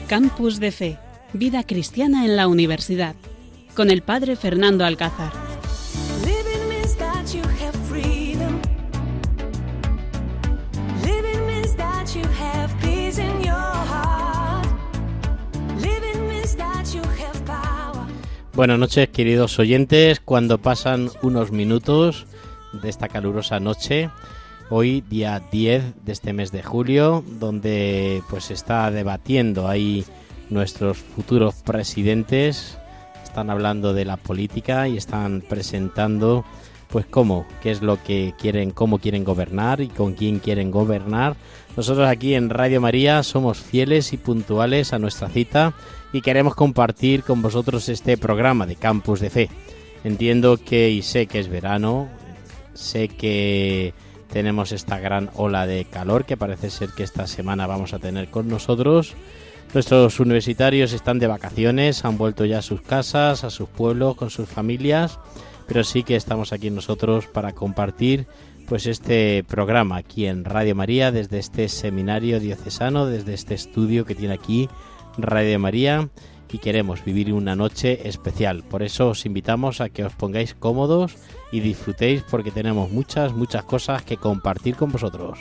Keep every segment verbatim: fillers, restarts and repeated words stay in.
Campus de Fe, vida cristiana en la universidad, con el padre Fernando Alcázar. Buenas noches, queridos oyentes. Cuando pasan unos minutos de esta calurosa noche, hoy día diez de este mes de julio, donde pues se está debatiendo ahí nuestros futuros presidentes, están hablando de la política y están presentando pues cómo, qué es lo que quieren, cómo quieren gobernar y con quién quieren gobernar. Nosotros aquí en Radio María somos fieles y puntuales a nuestra cita y queremos compartir con vosotros este programa de Campus de Fe. Entiendo que y sé que es verano, sé que tenemos esta gran ola de calor que parece ser que esta semana vamos a tener con nosotros. Nuestros universitarios están de vacaciones, han vuelto ya a sus casas, a sus pueblos, con sus familias, pero sí que estamos aquí nosotros para compartir pues este programa aquí en Radio María, desde este seminario diocesano, desde este estudio que tiene aquí Radio María, y queremos vivir una noche especial. Por eso os invitamos a que os pongáis cómodos y disfrutéis, porque tenemos muchas, muchas cosas que compartir con vosotros.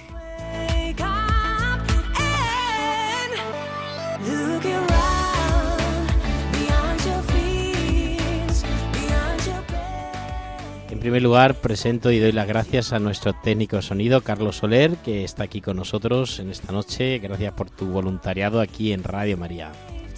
En primer lugar, presento y doy las gracias a nuestro técnico de sonido, Carlos Soler, que está aquí con nosotros en esta noche. Gracias por tu voluntariado aquí en Radio María.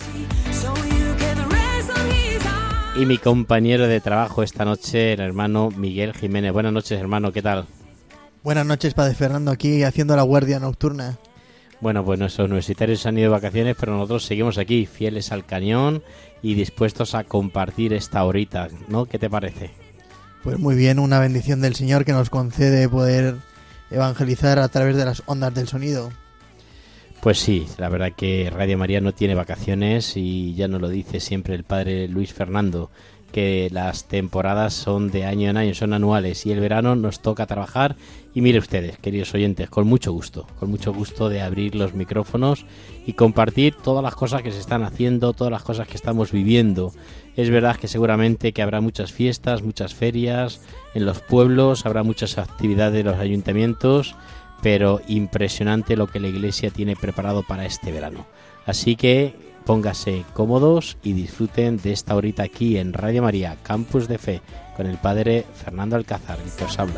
Y mi compañero de trabajo esta noche, el hermano Miguel Jiménez. Buenas noches, hermano, ¿qué tal? Buenas noches, padre Fernando, aquí haciendo la guardia nocturna. Bueno, pues nuestros universitarios se han ido de vacaciones, pero nosotros seguimos aquí, fieles al cañón y dispuestos a compartir esta horita, ¿no? ¿Qué te parece? Pues muy bien, una bendición del Señor que nos concede poder evangelizar a través de las ondas del sonido. Pues sí, la verdad que Radio María no tiene vacaciones y ya nos lo dice siempre el padre Luis Fernando, que las temporadas son de año en año, son anuales, y el verano nos toca trabajar. Y mire ustedes, queridos oyentes, con mucho gusto, con mucho gusto de abrir los micrófonos y compartir todas las cosas que se están haciendo, todas las cosas que estamos viviendo. Es verdad que seguramente que habrá muchas fiestas, muchas ferias en los pueblos, habrá muchas actividades de los ayuntamientos, pero impresionante lo que la Iglesia tiene preparado para este verano. Así que pónganse cómodos y disfruten de esta horita aquí en Radio María, Campus de Fe, con el padre Fernando Alcázar, el que os habla.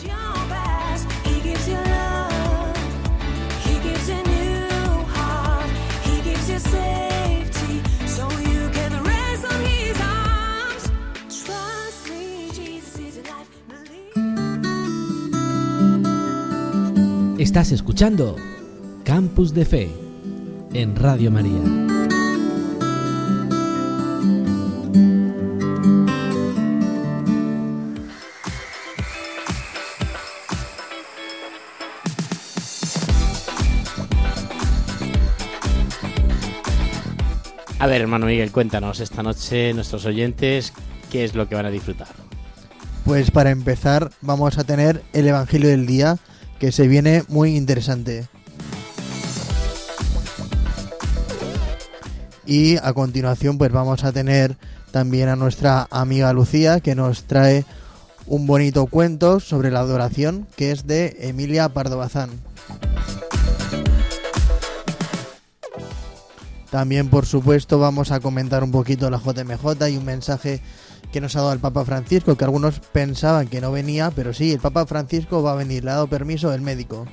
Estás escuchando Campus de Fe en Radio María. A ver, hermano Miguel, cuéntanos esta noche, nuestros oyentes, ¿qué es lo que van a disfrutar? Pues para empezar vamos a tener el Evangelio del Día, que se viene muy interesante. Y a continuación pues vamos a tener también a nuestra amiga Lucía, que nos trae un bonito cuento sobre la adoración, que es de Emilia Pardo Bazán. También, por supuesto, vamos a comentar un poquito la J M J y un mensaje que nos ha dado el Papa Francisco, que algunos pensaban que no venía, pero sí, el Papa Francisco va a venir, le ha dado permiso el médico.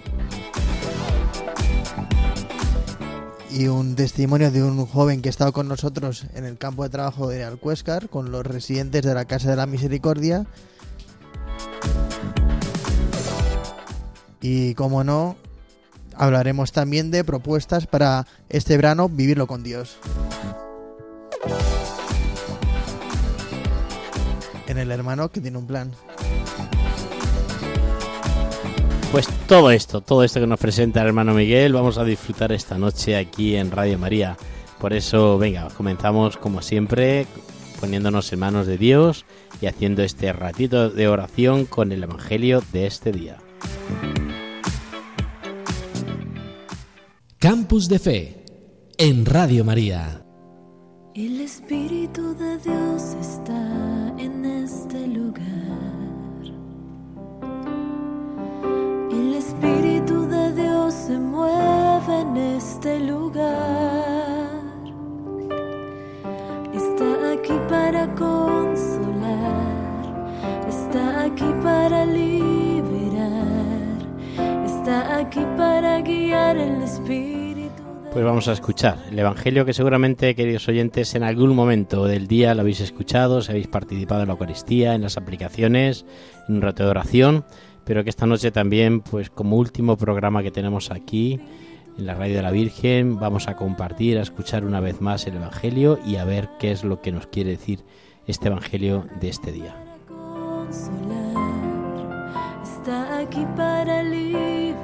Y un testimonio de un joven que ha estado con nosotros en el campo de trabajo de Alcuéscar, con los residentes de la Casa de la Misericordia. Y, como no, hablaremos también de propuestas para este verano, vivirlo con Dios. En el hermano que tiene un plan. Pues todo esto, todo esto que nos presenta el hermano Miguel, vamos a disfrutar esta noche aquí en Radio María. Por eso, venga, comenzamos como siempre, poniéndonos en manos de Dios y haciendo este ratito de oración con el Evangelio de este día. Campus de Fe en Radio María. El Espíritu de Dios está en este lugar. El Espíritu de Dios se mueve en este lugar. Está aquí para consolar, está aquí para liberar, está aquí para guiar el Espíritu. Pues vamos a escuchar el Evangelio que seguramente, queridos oyentes, en algún momento del día lo habéis escuchado, si habéis participado en la Eucaristía, en las aplicaciones, en un rato de oración, pero que esta noche también, pues como último programa que tenemos aquí en la Radio de la Virgen, vamos a compartir, a escuchar una vez más el Evangelio y a ver qué es lo que nos quiere decir este Evangelio de este día. Está aquí para liberar,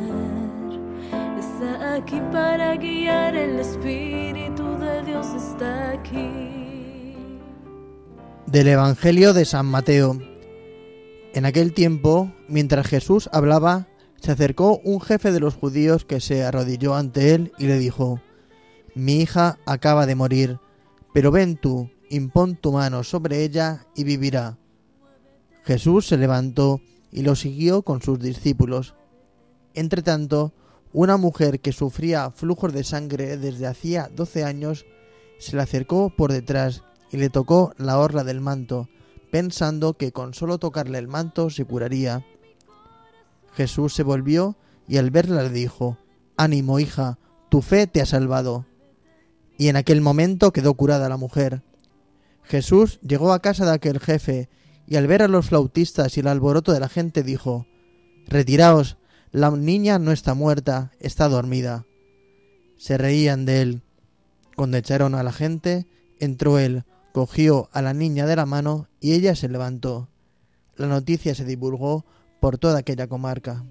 está aquí para guiar, el Espíritu de Dios está aquí. Del Evangelio de San Mateo. En aquel tiempo, mientras Jesús hablaba, se acercó un jefe de los judíos que se arrodilló ante él y le dijo: Mi hija acaba de morir, pero ven tú, impón tu mano sobre ella y vivirá. Jesús se levantó y lo siguió con sus discípulos. Entretanto, una mujer que sufría flujos de sangre desde hacía doce años se le acercó por detrás y le tocó la orla del manto, pensando que con solo tocarle el manto se curaría. Jesús se volvió y al verla le dijo: Ánimo, hija, tu fe te ha salvado. Y en aquel momento quedó curada la mujer. Jesús llegó a casa de aquel jefe y al ver a los flautistas y el alboroto de la gente dijo: Retiraos, la niña no está muerta, está dormida. Se reían de él. Cuando echaron a la gente, entró él, cogió a la niña de la mano y ella se levantó. La noticia se divulgó por toda aquella comarca.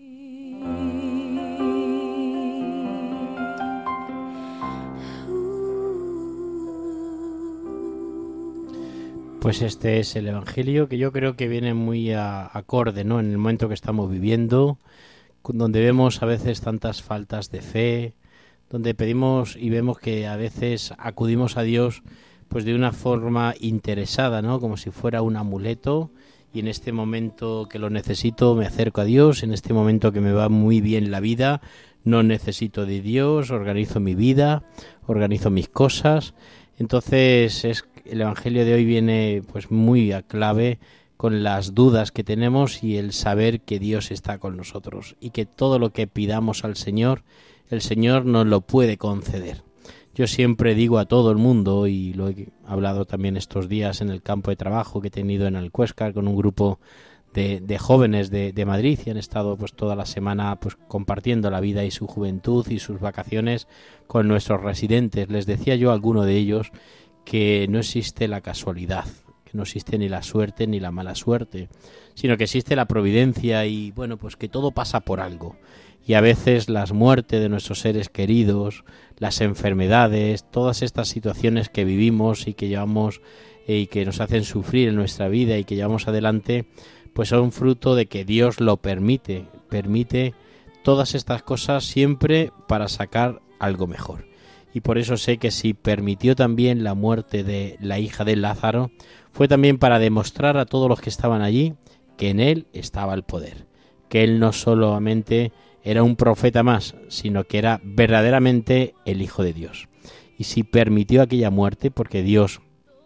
Pues este es el Evangelio que yo creo que viene muy a, acorde, ¿no?, en el momento que estamos viviendo, donde vemos a veces tantas faltas de fe, donde pedimos y vemos que a veces acudimos a Dios pues de una forma interesada, ¿no?, como si fuera un amuleto, y en este momento que lo necesito me acerco a Dios, en este momento que me va muy bien la vida, no necesito de Dios, organizo mi vida, organizo mis cosas. Entonces es el Evangelio de hoy viene pues muy a clave con las dudas que tenemos y el saber que Dios está con nosotros y que todo lo que pidamos al Señor, el Señor nos lo puede conceder. Yo siempre digo a todo el mundo, y lo he hablado también estos días en el campo de trabajo que he tenido en Alcuéscar con un grupo de, de jóvenes de, de Madrid, y han estado pues toda la semana pues compartiendo la vida y su juventud y sus vacaciones con nuestros residentes. Les decía yo a alguno de ellos que no existe la casualidad, que no existe ni la suerte ni la mala suerte, sino que existe la providencia y bueno, pues que todo pasa por algo. Y a veces las muertes de nuestros seres queridos, las enfermedades, todas estas situaciones que vivimos y que llevamos eh, y que nos hacen sufrir en nuestra vida y que llevamos adelante, pues son fruto de que Dios lo permite, permite todas estas cosas siempre para sacar algo mejor. Y por eso sé que si permitió también la muerte de la hija de Lázaro, fue también para demostrar a todos los que estaban allí que en él estaba el poder, que él no solamente era un profeta más, sino que era verdaderamente el Hijo de Dios. Y si permitió aquella muerte, porque Dios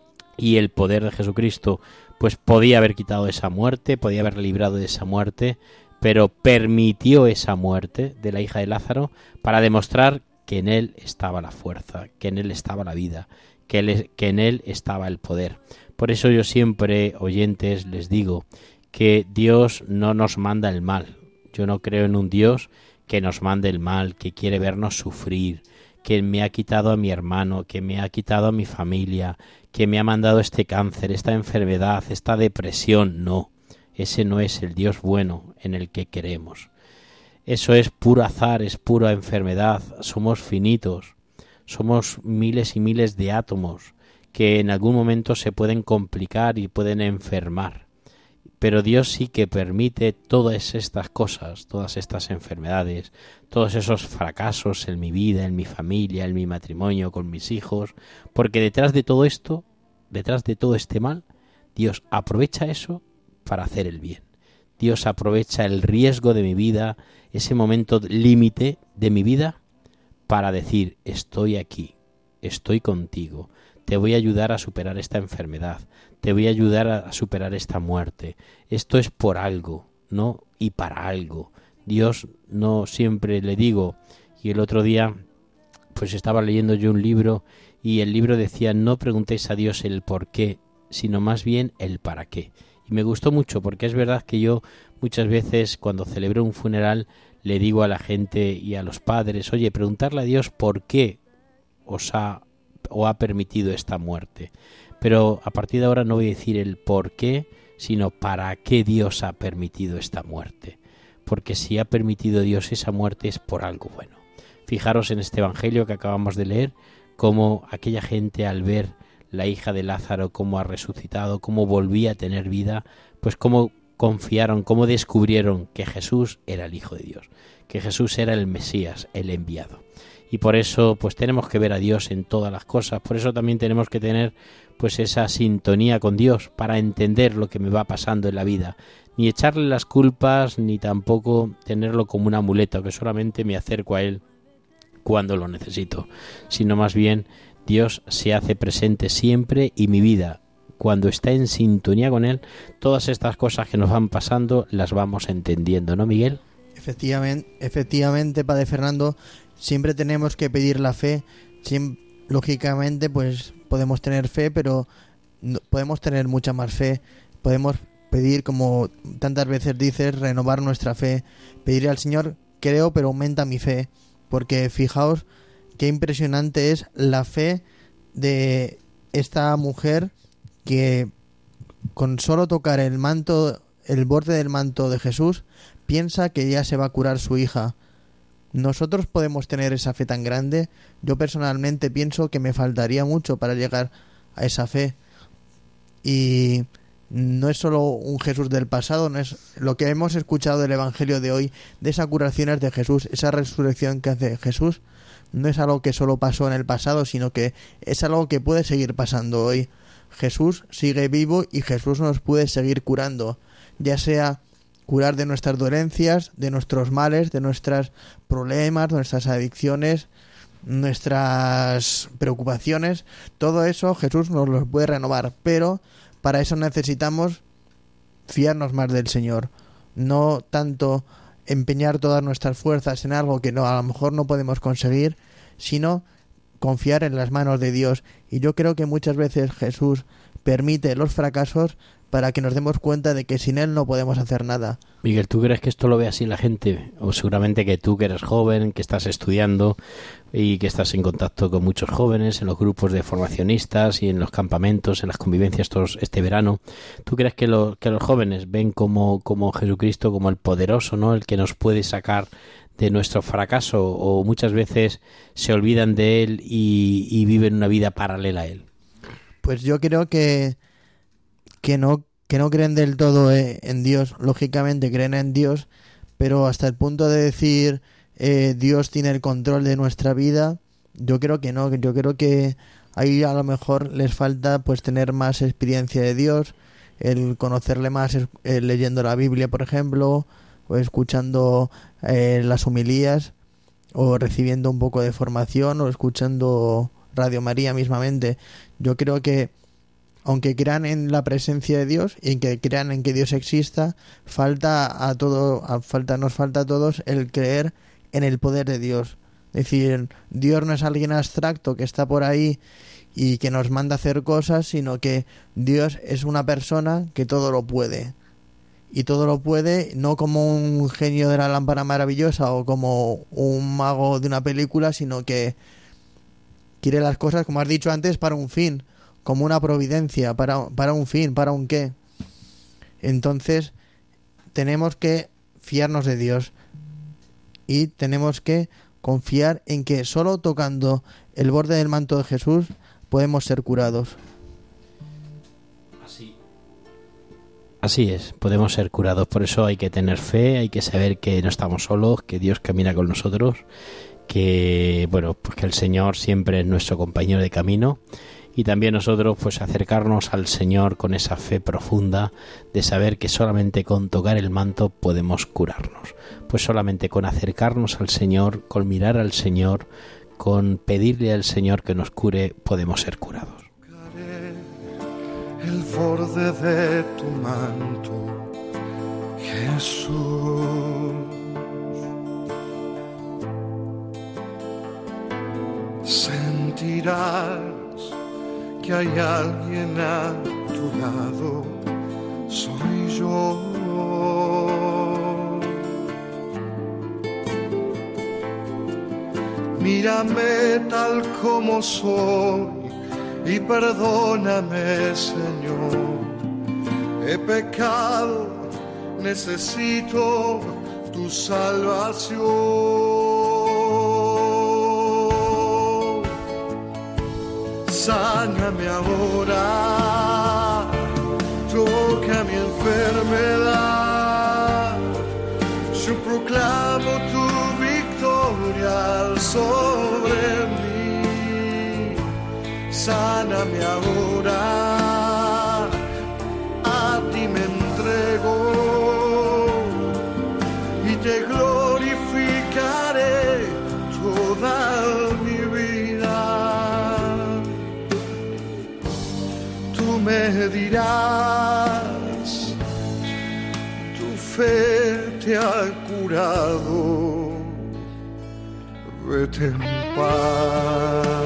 y el poder de Jesucristo, pues podía haber quitado esa muerte, podía haber librado de esa muerte, pero permitió esa muerte de la hija de Lázaro para demostrar que en él estaba la fuerza, que en él estaba la vida, que, él, que en él estaba el poder. Por eso yo siempre, oyentes, les digo que Dios no nos manda el mal. Yo no creo en un Dios que nos mande el mal, que quiere vernos sufrir, que me ha quitado a mi hermano, que me ha quitado a mi familia, que me ha mandado este cáncer, esta enfermedad, esta depresión. No, ese no es el Dios bueno en el que queremos. Eso es puro azar, es pura enfermedad. Somos finitos, somos miles y miles de átomos que en algún momento se pueden complicar y pueden enfermar. pero Dios sí que permite todas estas cosas, todas estas enfermedades, todos esos fracasos en mi vida, en mi familia, en mi matrimonio, con mis hijos, porque detrás de todo esto, detrás de todo este mal, Dios aprovecha eso para hacer el bien. Dios aprovecha el riesgo de mi vida, ese momento límite de mi vida, para decir, estoy aquí, estoy contigo, te voy a ayudar a superar esta enfermedad, te voy a ayudar a superar esta muerte. Esto es por algo, ¿no? Y para algo. Dios no siempre le digo, y el otro día pues estaba leyendo yo un libro y el libro decía, no preguntéis a Dios el por qué, sino más bien el para qué. Y me gustó mucho porque es verdad que yo muchas veces cuando celebro un funeral le digo a la gente y a los padres, oye, preguntarle a Dios por qué os ha o ha permitido esta muerte. Pero a partir de ahora no voy a decir el por qué, sino para qué Dios ha permitido esta muerte. Porque si ha permitido Dios esa muerte es por algo bueno. Fijaros en este evangelio que acabamos de leer, cómo aquella gente al ver la hija de Lázaro, cómo ha resucitado, cómo volvía a tener vida, pues cómo confiaron, cómo descubrieron que Jesús era el Hijo de Dios, que Jesús era el Mesías, el enviado. Y por eso pues tenemos que ver a Dios en todas las cosas, por eso también tenemos que tener pues esa sintonía con Dios para entender lo que me va pasando en la vida, ni echarle las culpas, ni tampoco tenerlo como un amuleto que solamente me acerco a Él cuando lo necesito, sino más bien Dios se hace presente siempre y mi vida, cuando está en sintonía con Él, todas estas cosas que nos van pasando las vamos entendiendo, ¿no, Miguel? Efectivamente, efectivamente, Padre Fernando, siempre tenemos que pedir la fe. Siempre, lógicamente, pues podemos tener fe, pero no, podemos tener mucha más fe. Podemos pedir, como tantas veces dices, renovar nuestra fe. Pedirle al Señor, creo, pero aumenta mi fe. Porque fijaos qué impresionante es la fe de esta mujer que con solo tocar el manto, el borde del manto de Jesús, piensa que ya se va a curar su hija. ¿Nosotros podemos tener esa fe tan grande? Yo personalmente pienso que me faltaría mucho para llegar a esa fe. Y no es solo un Jesús del pasado, no es lo que hemos escuchado del Evangelio de hoy, de esas curaciones de Jesús, esa resurrección que hace Jesús, no es algo que solo pasó en el pasado, sino que es algo que puede seguir pasando hoy. Jesús sigue vivo y Jesús nos puede seguir curando, ya sea curar de nuestras dolencias, de nuestros males, de nuestros problemas, nuestras adicciones, nuestras preocupaciones. Todo eso Jesús nos lo puede renovar, pero para eso necesitamos fiarnos más del Señor, no tanto empeñar todas nuestras fuerzas en algo que no, a lo mejor no podemos conseguir, sino confiar en las manos de Dios. Y yo creo que muchas veces Jesús permite los fracasos para que nos demos cuenta de que sin Él no podemos hacer nada. Miguel, ¿tú crees que esto lo ve así la gente? O seguramente que tú, que eres joven, que estás estudiando y que estás en contacto con muchos jóvenes en los grupos de formacionistas y en los campamentos, en las convivencias todos este verano, ¿tú crees que, lo, que los jóvenes ven como, como Jesucristo, como el poderoso, ¿no? El que nos puede sacar de nuestro fracaso, o muchas veces se olvidan de Él y, y viven una vida paralela a Él? Pues yo creo que que no que no creen del todo eh, en Dios. Lógicamente creen en Dios, pero hasta el punto de decir eh, Dios tiene el control de nuestra vida, yo creo que no. Yo creo que ahí a lo mejor les falta pues tener más experiencia de Dios, el conocerle más eh, leyendo la Biblia, por ejemplo, o escuchando eh, las homilías, o recibiendo un poco de formación, o escuchando Radio María mismamente. Yo creo que aunque crean en la presencia de Dios y en que crean en que Dios exista, falta a todo, a falta, nos falta a todos el creer en el poder de Dios. Es decir, Dios no es alguien abstracto que está por ahí y que nos manda a hacer cosas, sino que Dios es una persona que todo lo puede. Y todo lo puede no como un genio de la lámpara maravillosa o como un mago de una película, sino que quiere las cosas, como has dicho antes, para un fin, como una providencia, para, para un fin, para un qué. Entonces tenemos que fiarnos de Dios y tenemos que confiar en que solo tocando el borde del manto de Jesús podemos ser curados. Así, Así es, podemos ser curados, por eso hay que tener fe, hay que saber que no estamos solos, que Dios camina con nosotros, que bueno, pues que el Señor siempre es nuestro compañero de camino, y también nosotros pues acercarnos al Señor con esa fe profunda de saber que solamente con tocar el manto podemos curarnos, pues solamente con acercarnos al Señor, con mirar al Señor, con pedirle al Señor que nos cure, podemos ser curados. El borde de tu manto, Jesús. Sentirás que hay alguien a tu lado, soy yo. Mírame tal como soy y perdóname, Señor. He pecado, necesito tu salvación. Sáname ahora, toca mi enfermedad. Yo proclamo tu victoria sobre mí. Sáname ahora, a ti me entrego y te glorificaré toda mi vida. Tú me dirás, tu fe te ha curado, vete en paz.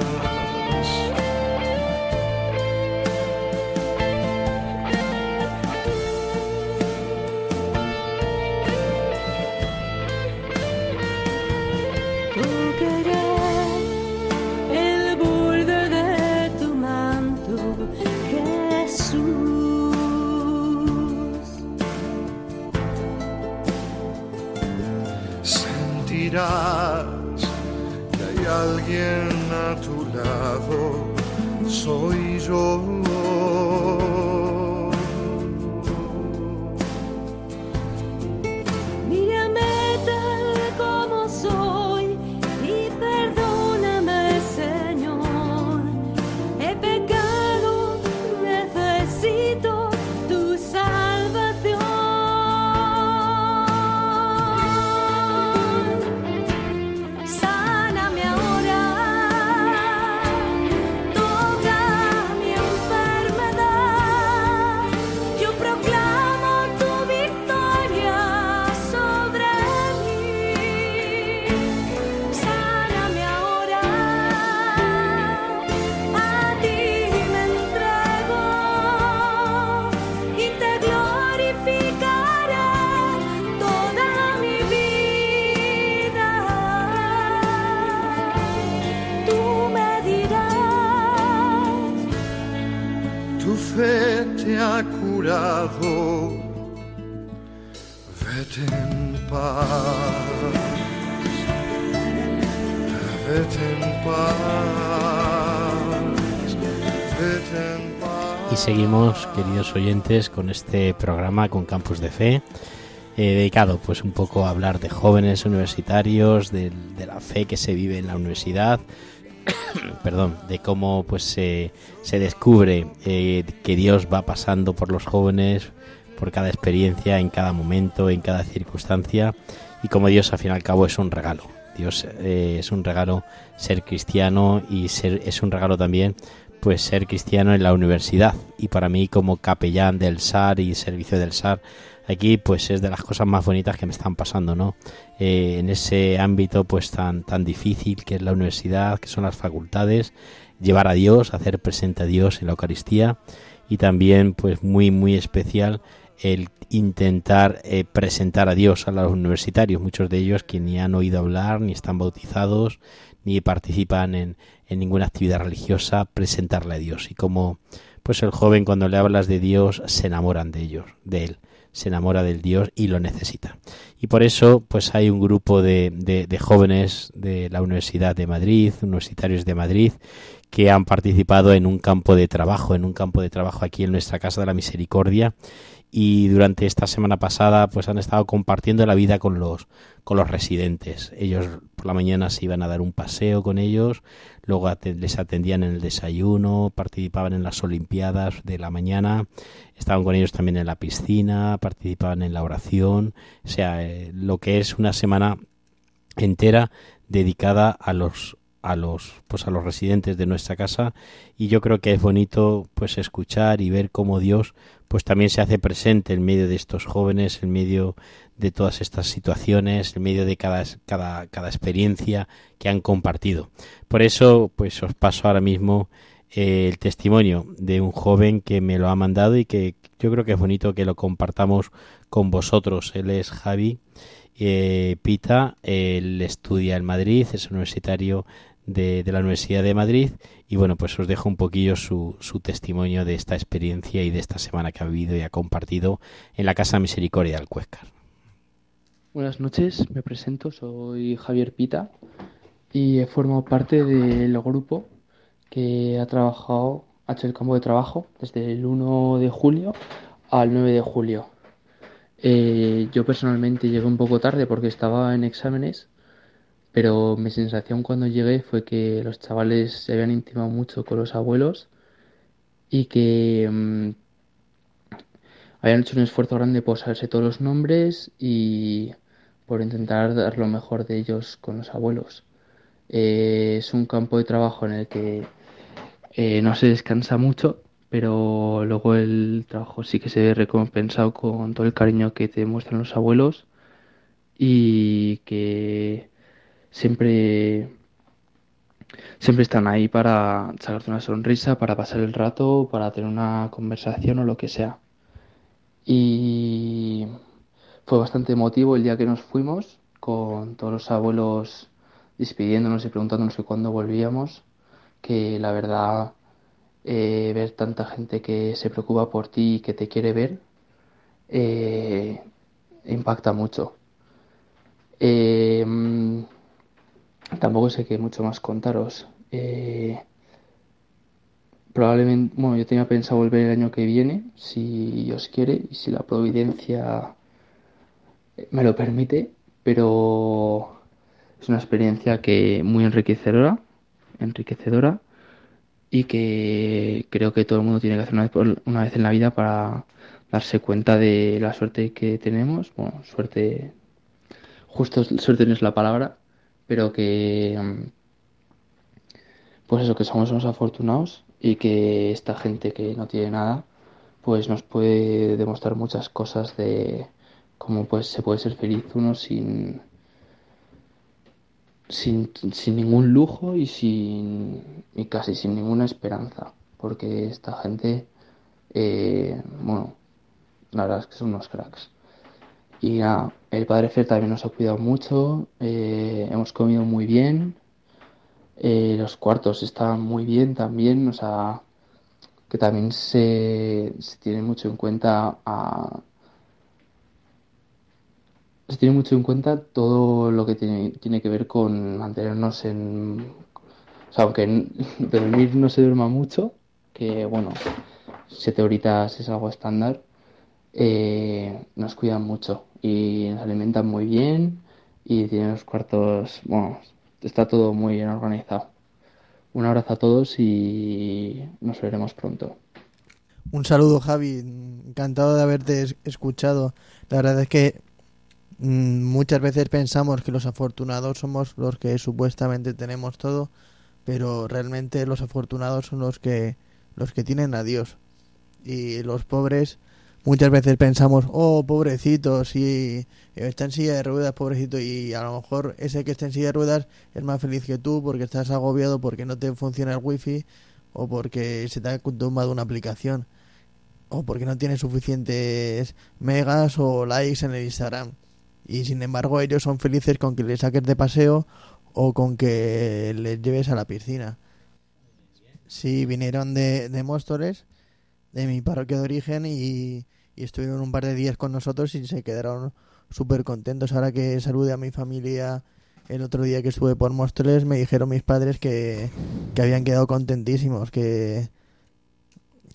Que hay alguien a tu lado, soy yo. Mírame tal como soy y perdóname, Señor. He pecado, necesito tu salvación. Te ha curado, vete en paz, vete en paz, vete en paz. Y seguimos, queridos oyentes, con este programa, con Campus de Fe, eh, dedicado pues un poco a hablar de jóvenes universitarios, de, de la fe que se vive en la universidad, perdón, de cómo pues se, se descubre eh, que Dios va pasando por los jóvenes, por cada experiencia, en cada momento, en cada circunstancia, y como Dios al fin y al cabo es un regalo. Dios eh, es un regalo ser cristiano, y ser, es un regalo también pues ser cristiano en la universidad. Y para mí, como capellán del S A R y servicio del S A R, aquí pues es de las cosas más bonitas que me están pasando, ¿no? Eh, en ese ámbito pues tan tan difícil que es la universidad, que son las facultades, llevar a Dios, hacer presente a Dios en la Eucaristía, y también pues muy muy especial el intentar eh, presentar a Dios a los universitarios, muchos de ellos que ni han oído hablar, ni están bautizados, ni participan en, en ninguna actividad religiosa, presentarle a Dios. Y como pues el joven, cuando le hablas de Dios, se enamoran de ellos, de él, se enamora del Dios y lo necesita. Y por eso pues hay un grupo de, de, de jóvenes de la Universidad de Madrid, universitarios de Madrid, que han participado en un campo de trabajo, en un campo de trabajo aquí en nuestra Casa de la Misericordia, y durante esta semana pasada pues han estado compartiendo la vida con los con los residentes. Ellos por la mañana se iban a dar un paseo con ellos, luego at- les atendían en el desayuno, participaban en las olimpiadas de la mañana, estaban con ellos también en la piscina, participaban en la oración, o sea, eh, lo que es una semana entera dedicada a los a los pues a los residentes de nuestra casa, y yo creo que es bonito pues escuchar y ver cómo Dios pues también se hace presente en medio de estos jóvenes, en medio de todas estas situaciones, en medio de cada cada cada experiencia que han compartido. Por eso pues os paso ahora mismo eh, el testimonio de un joven que me lo ha mandado y que yo creo que es bonito que lo compartamos con vosotros. Él es Javi eh, Pita, él estudia en Madrid, es universitario De, de la Universidad de Madrid, y bueno, pues os dejo un poquillo su, su testimonio de esta experiencia y de esta semana que ha vivido y ha compartido en la Casa Misericordia de Alcuéscar. Buenas noches, me presento, soy Javier Pita y he formado parte del grupo que ha trabajado, ha hecho el campo de trabajo desde el uno de julio al nueve de julio. Eh, yo personalmente llegué un poco tarde porque estaba en exámenes, pero mi sensación cuando llegué fue que los chavales se habían intimado mucho con los abuelos y que mmm, habían hecho un esfuerzo grande por saberse todos los nombres y por intentar dar lo mejor de ellos con los abuelos. Eh, es un campo de trabajo en el que eh, no se descansa mucho, pero luego el trabajo sí que se ve recompensado con todo el cariño que te muestran los abuelos y que siempre, siempre están ahí para sacarte una sonrisa, para pasar el rato, para tener una conversación o lo que sea. Y fue bastante emotivo el día que nos fuimos, con todos los abuelos despidiéndonos y preguntándonos que cuándo volvíamos, que la verdad eh, ver tanta gente que se preocupa por ti y que te quiere ver eh, impacta mucho. Eh, Tampoco sé qué mucho más contaros. Eh, probablemente, bueno, yo tenía pensado volver el año que viene, si Dios quiere y si la providencia me lo permite, pero es una experiencia que muy enriquecedora, enriquecedora y que creo que todo el mundo tiene que hacer una vez, por- una vez en la vida para darse cuenta de la suerte que tenemos. Bueno, suerte, justo suerte no es la palabra, pero que mm, pues eso, que somos unos afortunados y que esta gente que no tiene nada, pues nos puede demostrar muchas cosas de cómo pues se puede ser feliz uno sin, sin, sin ningún lujo y sin y casi sin ninguna esperanza, porque esta gente, eh, bueno, la verdad es que son unos cracks. Y nada, el padre Fer también nos ha cuidado mucho, eh, hemos comido muy bien. Eh, los cuartos estaban muy bien también, o sea, que también se, se tiene mucho en cuenta a, se tiene mucho en cuenta todo lo que tiene, tiene que ver con mantenernos en, o sea, aunque en- dormir no se duerma mucho, que bueno, siete horitas es algo estándar, eh, nos cuidan mucho y nos alimentan muy bien y tienen los cuartos, bueno, está todo muy bien organizado. Un abrazo a todos y nos veremos pronto. Un saludo, Javi. Encantado de haberte es- escuchado. La verdad es que mm, muchas veces pensamos que los afortunados somos los que supuestamente tenemos todo, pero realmente los afortunados son los que los que tienen a Dios. Y los pobres muchas veces pensamos, oh, pobrecito, si está en silla de ruedas, pobrecito, y a lo mejor ese que está en silla de ruedas es más feliz que tú porque estás agobiado porque no te funciona el wifi o porque se te ha tumbado una aplicación o porque no tienes suficientes megas o likes en el Instagram. Y sin embargo ellos son felices con que les saques de paseo o con que les lleves a la piscina. Sí, vinieron de, de Móstoles, de mi parroquia de origen, y, y estuvieron un par de días con nosotros y se quedaron súper contentos. Ahora que saludé a mi familia el otro día que estuve por Móstoles, me dijeron mis padres que, que habían quedado contentísimos, que,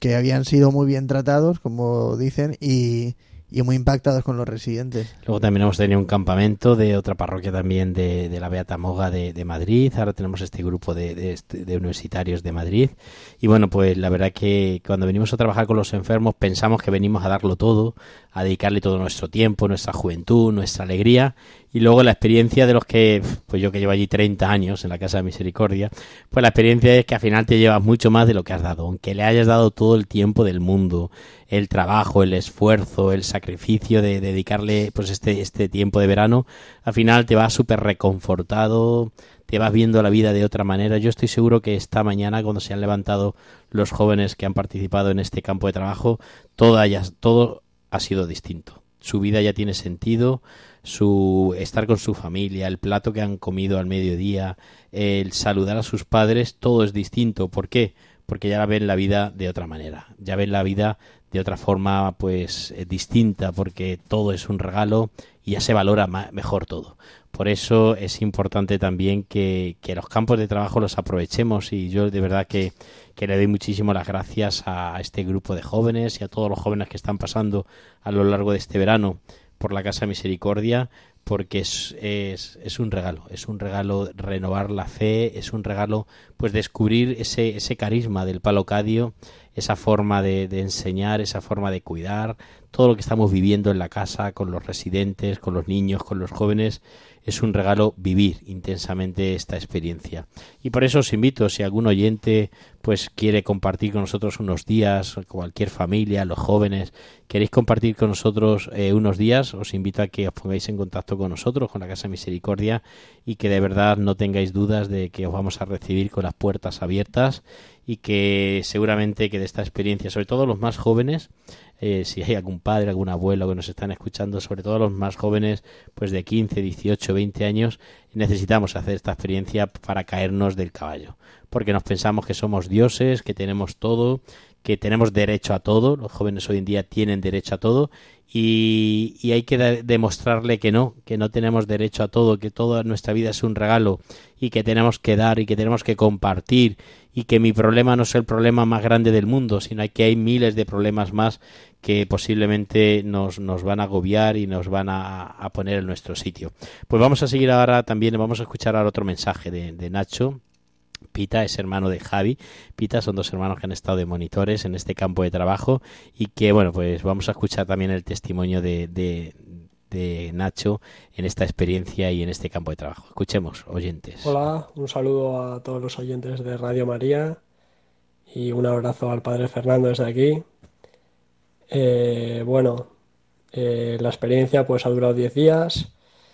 que habían sido muy bien tratados, como dicen, y, y muy impactados con los residentes. Luego también hemos tenido un campamento de otra parroquia también de, de la Beata Moga de, de Madrid. Ahora tenemos este grupo de, de, de universitarios de Madrid. Y bueno, pues la verdad que cuando venimos a trabajar con los enfermos pensamos que venimos a darlo todo, a dedicarle todo nuestro tiempo, nuestra juventud, nuestra alegría. Y luego la experiencia de los que, pues yo que llevo allí treinta años en la Casa de Misericordia, pues la experiencia es que al final te llevas mucho más de lo que has dado. Aunque le hayas dado todo el tiempo del mundo, el trabajo, el esfuerzo, el sacrificio de dedicarle pues este, este tiempo de verano, al final te vas súper reconfortado, te vas viendo la vida de otra manera. Yo estoy seguro que esta mañana, cuando se han levantado los jóvenes que han participado en este campo de trabajo, todo, haya, todo ha sido distinto. Su vida ya tiene sentido, su estar con su familia, el plato que han comido al mediodía, el saludar a sus padres, todo es distinto. ¿Por qué? Porque ya ven la vida de otra manera, ya ven la vida de otra forma pues eh, distinta, porque todo es un regalo y ya se valora ma- mejor todo. Por eso es importante también que, que los campos de trabajo los aprovechemos, y yo de verdad que, que le doy muchísimo las gracias a este grupo de jóvenes y a todos los jóvenes que están pasando a lo largo de este verano por la Casa Misericordia, porque es, es, es un regalo, es un regalo renovar la fe, es un regalo pues descubrir ese, ese carisma del Palo Cadio, esa forma de, de enseñar, esa forma de cuidar, todo lo que estamos viviendo en la casa con los residentes, con los niños, con los jóvenes. Es un regalo vivir intensamente esta experiencia. Y por eso os invito, si algún oyente pues quiere compartir con nosotros unos días, cualquier familia, los jóvenes, queréis compartir con nosotros eh, unos días, os invito a que os pongáis en contacto con nosotros, con la Casa Misericordia, y que de verdad no tengáis dudas de que os vamos a recibir con las puertas abiertas, y que seguramente que de esta experiencia, sobre todo los más jóvenes, eh, si hay algún padre, algún abuelo que nos están escuchando, sobre todo los más jóvenes, pues de quince, dieciocho, veinte años, necesitamos hacer esta experiencia para caernos del caballo, porque nos pensamos que somos dioses, que tenemos todo, que tenemos derecho a todo. Los jóvenes hoy en día tienen derecho a todo, y, y hay que de- demostrarle que no, que no tenemos derecho a todo, que toda nuestra vida es un regalo y que tenemos que dar y que tenemos que compartir, y que mi problema no es el problema más grande del mundo, sino que hay miles de problemas más que posiblemente nos, nos van a agobiar y nos van a, a poner en nuestro sitio. Pues vamos a seguir ahora también, vamos a escuchar ahora otro mensaje de, de Nacho. Pita es hermano de Javi. Pita son dos hermanos que han estado de monitores en este campo de trabajo, y que, bueno, pues vamos a escuchar también el testimonio de, de, de Nacho en esta experiencia y en este campo de trabajo. Escuchemos, oyentes. Hola, un saludo a todos los oyentes de Radio María y un abrazo al Padre Fernando desde aquí. Eh, bueno, eh, la experiencia pues ha durado diez días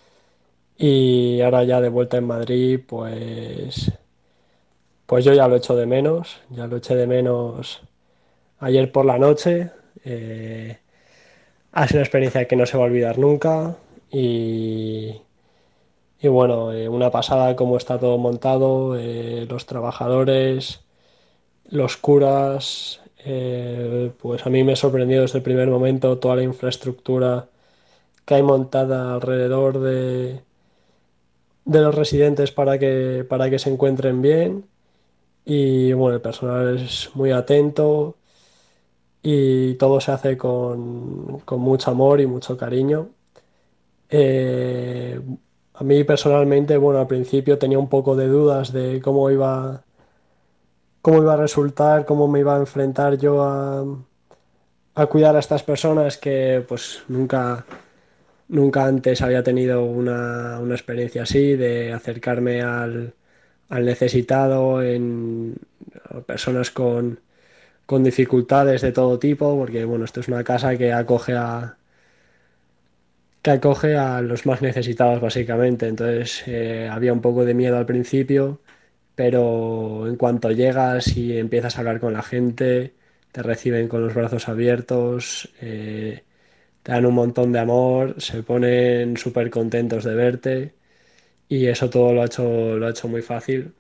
y ahora ya de vuelta en Madrid, pues, pues yo ya lo echo de menos, ya lo eché de menos ayer por la noche. Eh, ha sido una experiencia que no se va a olvidar nunca, y, y bueno, eh, una pasada cómo está todo montado, eh, los trabajadores, los curas, eh, pues a mí me ha sorprendido desde el primer momento toda la infraestructura que hay montada alrededor de, de los residentes para que, para que se encuentren bien. Y bueno, el personal es muy atento y todo se hace con, con mucho amor y mucho cariño. Eh, a mí personalmente, bueno, al principio tenía un poco de dudas de cómo iba, cómo iba a resultar, cómo me iba a enfrentar yo a, a cuidar a estas personas que pues nunca, nunca antes había tenido una, una experiencia así, de acercarme al, al necesitado, en a personas con, con dificultades de todo tipo, porque bueno, esto es una casa que acoge a, que acoge a los más necesitados básicamente. Entonces eh, había un poco de miedo al principio, pero en cuanto llegas y empiezas a hablar con la gente, te reciben con los brazos abiertos, eh, te dan un montón de amor, se ponen súper contentos de verte, y eso todo lo ha hecho, lo ha hecho muy fácil.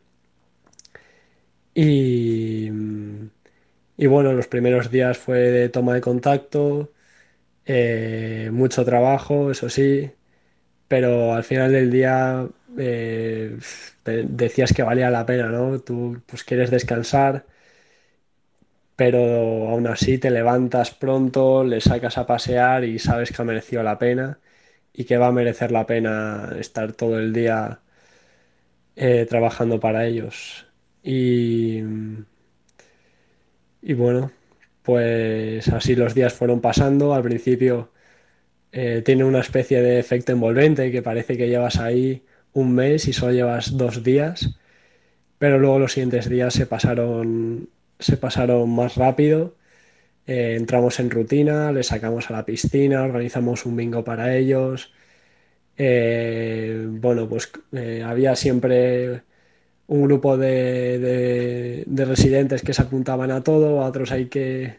Y, y bueno, los primeros días fue de toma de contacto, eh, mucho trabajo, eso sí, pero al final del día eh, te- decías que valía la pena, ¿no? Tú pues quieres descansar, pero aún así te levantas pronto, les sacas a pasear y sabes que ha merecido la pena y que va a merecer la pena estar todo el día eh, trabajando para ellos. Y, y bueno, pues así los días fueron pasando. Al principio eh, tiene una especie de efecto envolvente que parece que llevas ahí un mes y solo llevas dos días, pero luego los siguientes días se pasaron, se pasaron más rápido. Eh, entramos en rutina, les sacamos a la piscina, organizamos un bingo para ellos. Eh, bueno, pues eh, había siempre un grupo de, de- de residentes que se apuntaban a todo, a otros hay que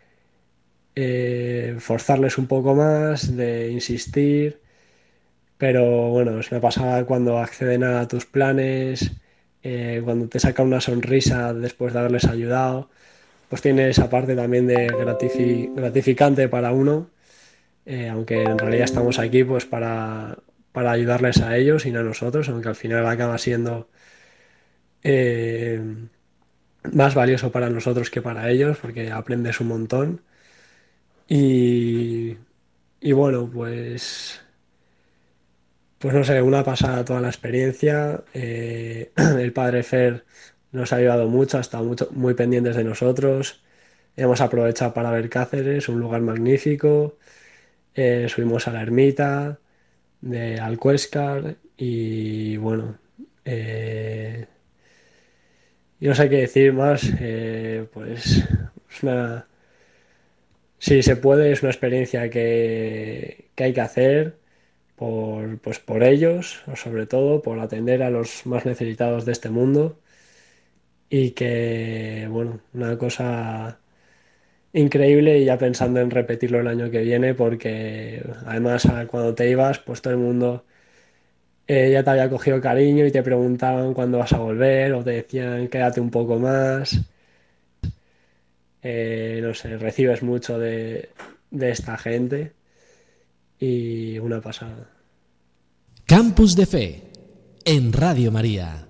eh, forzarles un poco más, de insistir, pero bueno, es una pasada cuando acceden a tus planes, eh, cuando te sacan una sonrisa después de haberles ayudado, pues tiene esa parte también de gratifi- gratificante para uno, eh, aunque en realidad estamos aquí pues para, para ayudarles a ellos y no a nosotros, aunque al final acaba siendo eh, más valioso para nosotros que para ellos, porque aprendes un montón. Y, y bueno, pues, pues no sé, una pasada toda la experiencia. Eh, el padre Fer nos ha ayudado mucho, ha estado mucho, muy pendientes de nosotros. Hemos aprovechado para ver Cáceres, un lugar magnífico. Eh, subimos a la ermita de Alcuéscar y bueno, eh, y no sé qué decir más. Eh, pues es una, si se puede, es una experiencia que, que hay que hacer por, pues por ellos, o sobre todo por atender a los más necesitados de este mundo y que, bueno, una cosa increíble y ya pensando en repetirlo el año que viene porque además a- cuando te ibas, pues todo el mundo eh, ya te había cogido cariño y te preguntaban cuándo vas a volver o te decían quédate un poco más. Eh, no sé, recibes mucho de, de esta gente y una pasada. Campus de Fe en Radio María.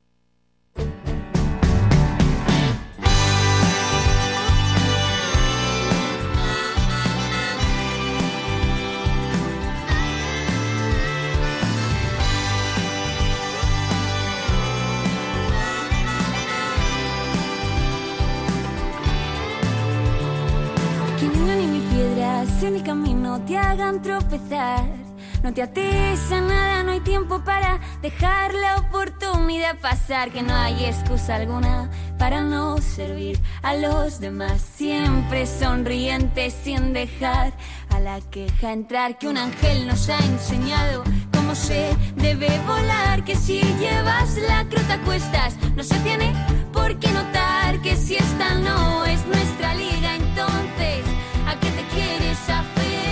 Que ni uno ni mil piedras en el camino te hagan tropezar. No te ates a nada, no hay tiempo para dejar la oportunidad pasar. Que no hay excusa alguna para no servir a los demás. Siempre sonriente sin dejar a la queja entrar. Que un ángel nos ha enseñado cómo se debe volar. Que si llevas la crota a cuestas no se tiene por qué notar. Que si esta no es nuestra liga, entonces ¿a qué te quieres aferrar?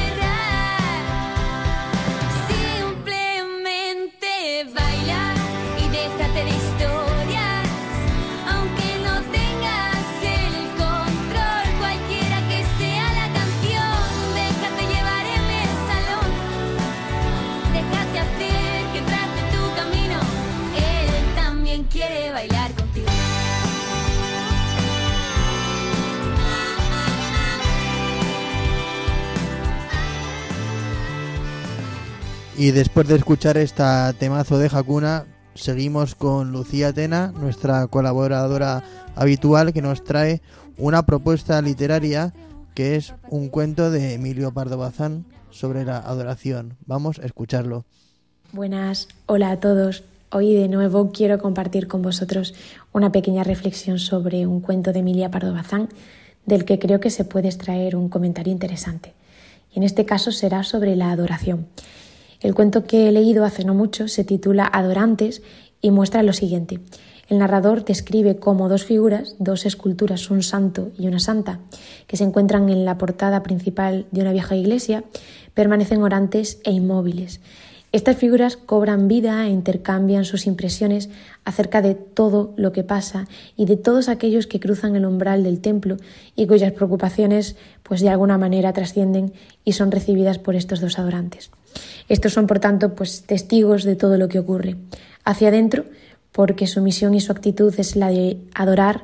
Simplemente baila y déjate de historias. Aunque no tengas el control, cualquiera que sea la canción, déjate llevar en el salón. Déjate hacer que trace tu camino. Él también quiere bailar contigo. Y después de escuchar esta temazo de Hakuna, seguimos con Lucía Tena, nuestra colaboradora habitual, que nos trae una propuesta literaria que es un cuento de Emilio Pardo Bazán sobre la adoración. Vamos a escucharlo. Buenas, hola a todos. Hoy de nuevo quiero compartir con vosotros una pequeña reflexión sobre un cuento de Emilia Pardo Bazán, del que creo que se puede extraer un comentario interesante. Y en este caso será sobre la adoración. El cuento que he leído hace no mucho se titula Adorantes y muestra lo siguiente. El narrador describe cómo dos figuras, dos esculturas, un santo y una santa, que se encuentran en la portada principal de una vieja iglesia, permanecen orantes e inmóviles. Estas figuras cobran vida e intercambian sus impresiones acerca de todo lo que pasa y de todos aquellos que cruzan el umbral del templo y cuyas preocupaciones, pues de alguna manera trascienden y son recibidas por estos dos adorantes. Estos son, por tanto, pues testigos de todo lo que ocurre. Hacia adentro, porque su misión y su actitud es la de adorar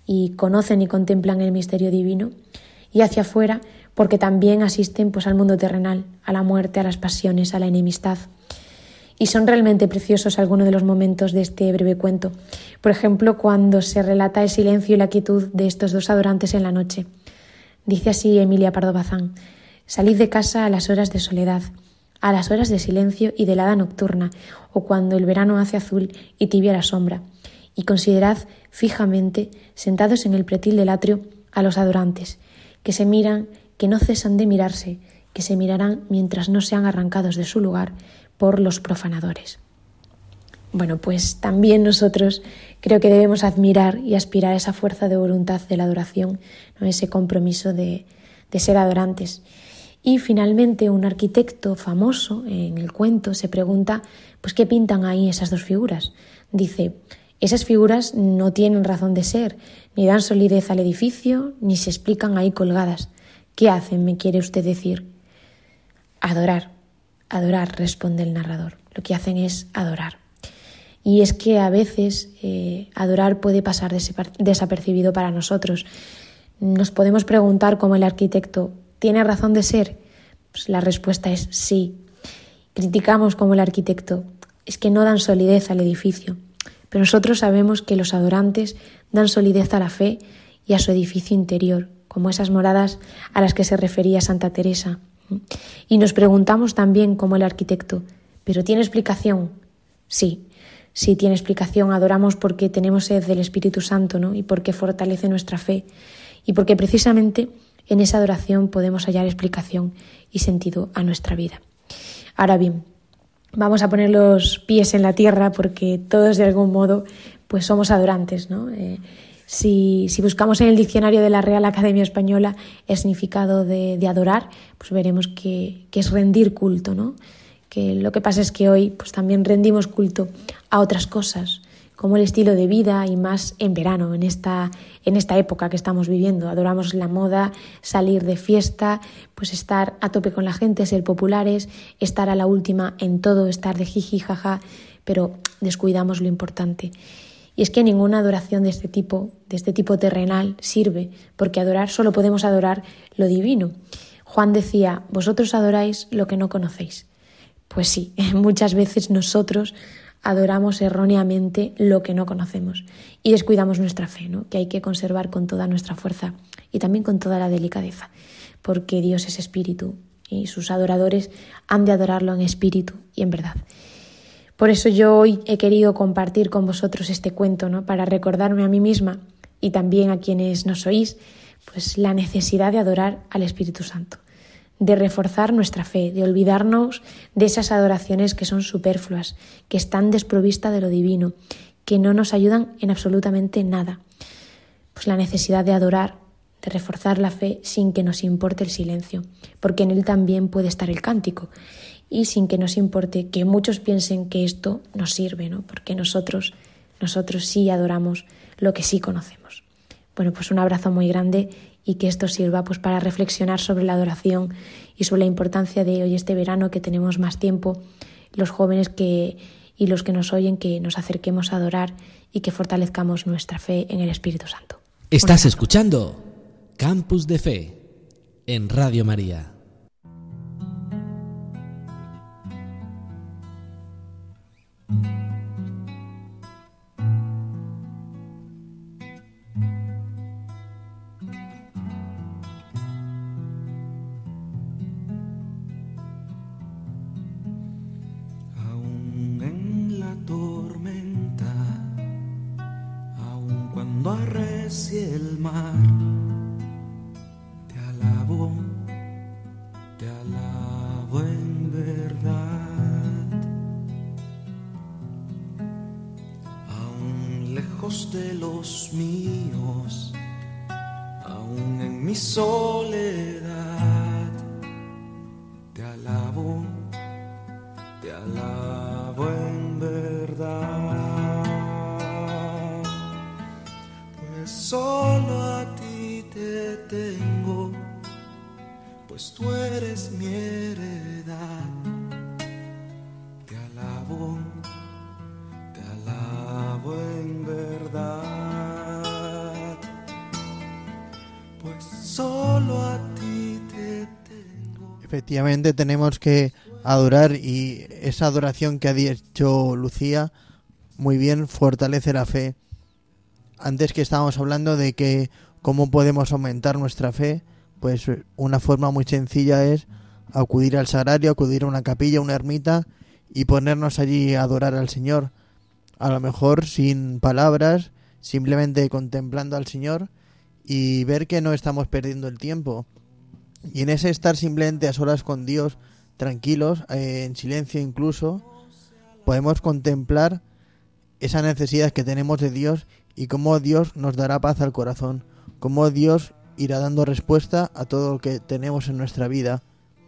y conocen y contemplan el misterio divino, y hacia afuera porque también asisten pues al mundo terrenal, a la muerte, a las pasiones, a la enemistad. Y son realmente preciosos algunos de los momentos de este breve cuento. Por ejemplo, cuando se relata el silencio y la quietud de estos dos adorantes en la noche. Dice así Emilia Pardo Bazán: salid de casa a las horas de soledad, a las horas de silencio y de helada nocturna, o cuando el verano hace azul y tibia la sombra, y considerad fijamente, sentados en el pretil del atrio, a los adorantes, que se miran, que no cesan de mirarse, que se mirarán mientras no sean arrancados de su lugar por los profanadores. Bueno, pues también nosotros creo que debemos admirar y aspirar a esa fuerza de voluntad de la adoración, ¿no? Ese compromiso de, de ser adorantes. Y finalmente un arquitecto famoso en el cuento se pregunta, pues ¿qué pintan ahí esas dos figuras? Dice: esas figuras no tienen razón de ser, ni dan solidez al edificio, ni se explican ahí colgadas. ¿Qué hacen, me quiere usted decir? Adorar, adorar, responde el narrador. Lo que hacen es adorar. Y es que a veces eh, adorar puede pasar desapercibido para nosotros. Nos podemos preguntar, como el arquitecto, ¿tiene razón de ser? Pues la respuesta es sí. Criticamos como el arquitecto, es que no dan solidez al edificio. Pero nosotros sabemos que los adorantes dan solidez a la fe y a su edificio interior, como esas moradas a las que se refería Santa Teresa. Y nos preguntamos también, como el arquitecto, ¿pero tiene explicación? Sí, sí tiene explicación. Adoramos porque tenemos sed del Espíritu Santo, ¿no? Y porque fortalece nuestra fe. Y porque precisamente en esa adoración podemos hallar explicación y sentido a nuestra vida. Ahora bien, vamos a poner los pies en la tierra porque todos de algún modo pues somos adorantes, ¿no? Eh, si, si buscamos en el diccionario de la Real Academia Española el significado de, de adorar, pues veremos que, que es rendir culto, ¿no? Que lo que pasa es que hoy pues también rendimos culto a otras cosas, como el estilo de vida y más en verano, en esta, en esta época que estamos viviendo. Adoramos la moda, salir de fiesta, pues estar a tope con la gente, ser populares, estar a la última en todo, estar de jiji, jaja, pero descuidamos lo importante. Y es que ninguna adoración de este tipo, de este tipo terrenal, sirve, porque adorar solo podemos adorar lo divino. Juan decía: vosotros adoráis lo que no conocéis. Pues sí, muchas veces nosotros adoramos erróneamente lo que no conocemos y descuidamos nuestra fe, ¿no? Que hay que conservar con toda nuestra fuerza y también con toda la delicadeza, porque Dios es espíritu y sus adoradores han de adorarlo en espíritu y en verdad. Por eso yo hoy he querido compartir con vosotros este cuento, ¿no? Para recordarme a mí misma y también a quienes nos oís, pues la necesidad de adorar al Espíritu Santo, de reforzar nuestra fe, de olvidarnos de esas adoraciones que son superfluas, que están desprovistas de lo divino, que no nos ayudan en absolutamente nada. Pues la necesidad de adorar, de reforzar la fe sin que nos importe el silencio, porque en él también puede estar el cántico, y sin que nos importe que muchos piensen que esto nos sirve, ¿no? Porque nosotros, nosotros sí adoramos lo que sí conocemos. Bueno, pues un abrazo muy grande y que esto sirva pues para reflexionar sobre la adoración y sobre la importancia de hoy este verano que tenemos más tiempo, los jóvenes que, y los que nos oyen, que nos acerquemos a adorar y que fortalezcamos nuestra fe en el Espíritu Santo. Estás escuchando Campus de Fe en Radio María. Arrecie el mar, te alabo, te alabo en verdad. Aún lejos de los míos, aún en mi soledad, te alabo, te alabo en verdad. Solo a ti te tengo, pues tú eres mi heredad. Te alabo, te alabo en verdad. Efectivamente tenemos que adorar, y esa adoración que ha dicho Lucía muy bien fortalece la fe. Antes que estábamos hablando de que cómo podemos aumentar nuestra fe, pues una forma muy sencilla es acudir al sagrario, acudir a una capilla, una ermita y ponernos allí a adorar al Señor. A lo mejor sin palabras, simplemente contemplando al Señor y ver que no estamos perdiendo el tiempo. Y en ese estar simplemente a solas con Dios, tranquilos, eh, en silencio incluso, podemos contemplar esa necesidad que tenemos de Dios y cómo Dios nos dará paz al corazón, cómo Dios irá dando respuesta a todo lo que tenemos en nuestra vida.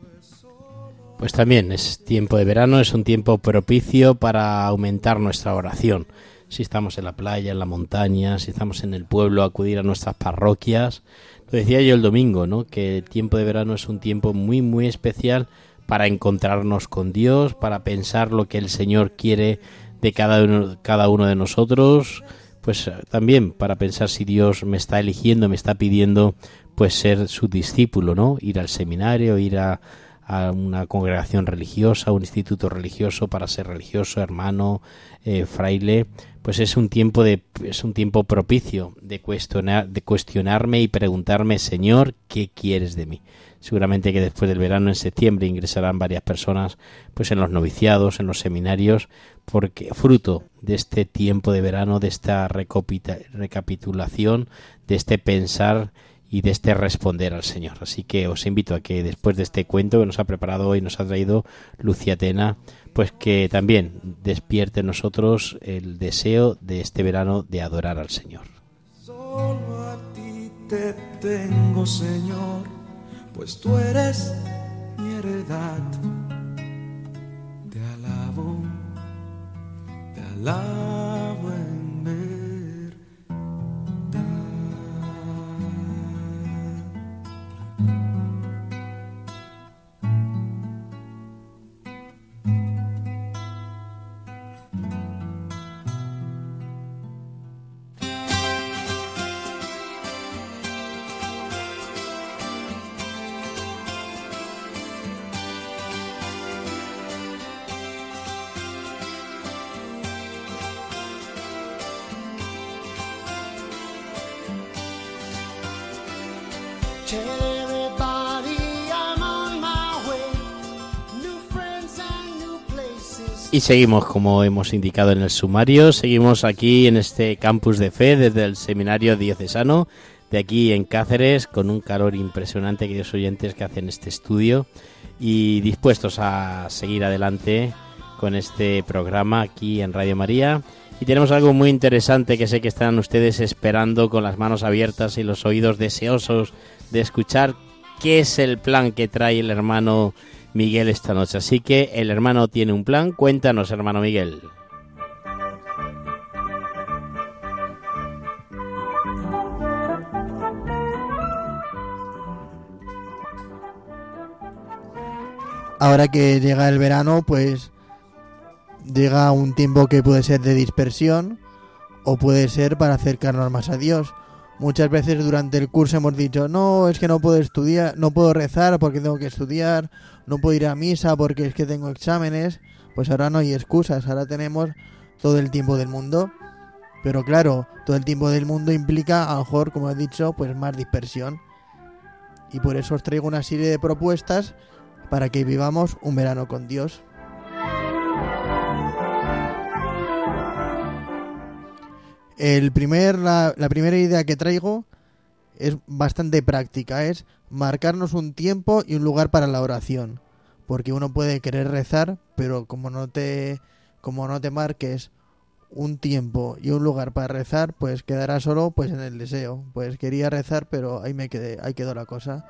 Pues también es tiempo de verano, es un tiempo propicio para aumentar nuestra oración. Si estamos en la playa, en la montaña, si estamos en el pueblo, acudir a nuestras parroquias. Lo decía yo el domingo, ¿no? Que el tiempo de verano es un tiempo muy, muy especial para encontrarnos con Dios, para pensar lo que el Señor quiere de cada uno, cada uno de nosotros, pues también para pensar si Dios me está eligiendo, me está pidiendo pues ser su discípulo, ¿no? Ir al seminario, ir a, a una congregación religiosa, un instituto religioso para ser religioso, hermano, eh, fraile. Pues es un tiempo de es un tiempo propicio de cuestionar, de cuestionarme y preguntarme, Señor, ¿qué quieres de mí? Seguramente que después del verano, en septiembre, ingresarán varias personas pues en los noviciados, en los seminarios, porque fruto de este tiempo de verano, de esta recopita, recapitulación, de este pensar y de este responder al Señor. Así que os invito a que después de este cuento que nos ha preparado hoy, nos ha traído Lucía Tena, pues que también despierte en nosotros el deseo de este verano de adorar al Señor. Solo a ti te tengo, Señor, pues tú eres mi heredad. Te alabo, te alabo en verdad. Y seguimos, como hemos indicado en el sumario, seguimos aquí en este campus de fe desde el Seminario Diocesano de aquí en Cáceres, con un calor impresionante, queridos oyentes, que hacen este estudio, y dispuestos a seguir adelante con este programa aquí en Radio María. Y tenemos algo muy interesante que sé que están ustedes esperando con las manos abiertas y los oídos deseosos de escuchar qué es el plan que trae el hermano Miguel esta noche. Así que el hermano tiene un plan. Cuéntanos, hermano Miguel. Ahora que llega el verano, pues llega un tiempo que puede ser de dispersión o puede ser para acercarnos más a Dios. Muchas veces durante el curso hemos dicho, no, es que no puedo estudiar, no puedo rezar porque tengo que estudiar, no puedo ir a misa porque es que tengo exámenes. Pues ahora no hay excusas, ahora tenemos todo el tiempo del mundo. Pero claro, todo el tiempo del mundo implica, a lo mejor, como he dicho, pues más dispersión. Y por eso os traigo una serie de propuestas para que vivamos un verano con Dios. El primer, la, la primera idea que traigo es bastante práctica, es marcarnos un tiempo y un lugar para la oración, porque uno puede querer rezar, pero como no te, como no te marques un tiempo y un lugar para rezar, pues quedará solo pues en el deseo. Pues quería rezar, pero ahí me quedé, ahí quedó la cosa.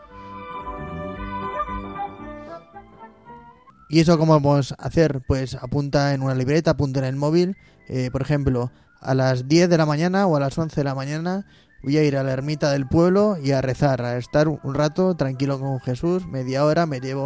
¿Y eso cómo vamos a hacer? Pues apunta en una libreta, apunta en el móvil, eh, por ejemplo, a las diez de la mañana o a las once de la mañana voy a ir a la ermita del pueblo y a rezar, a estar un rato tranquilo con Jesús, media hora, me llevo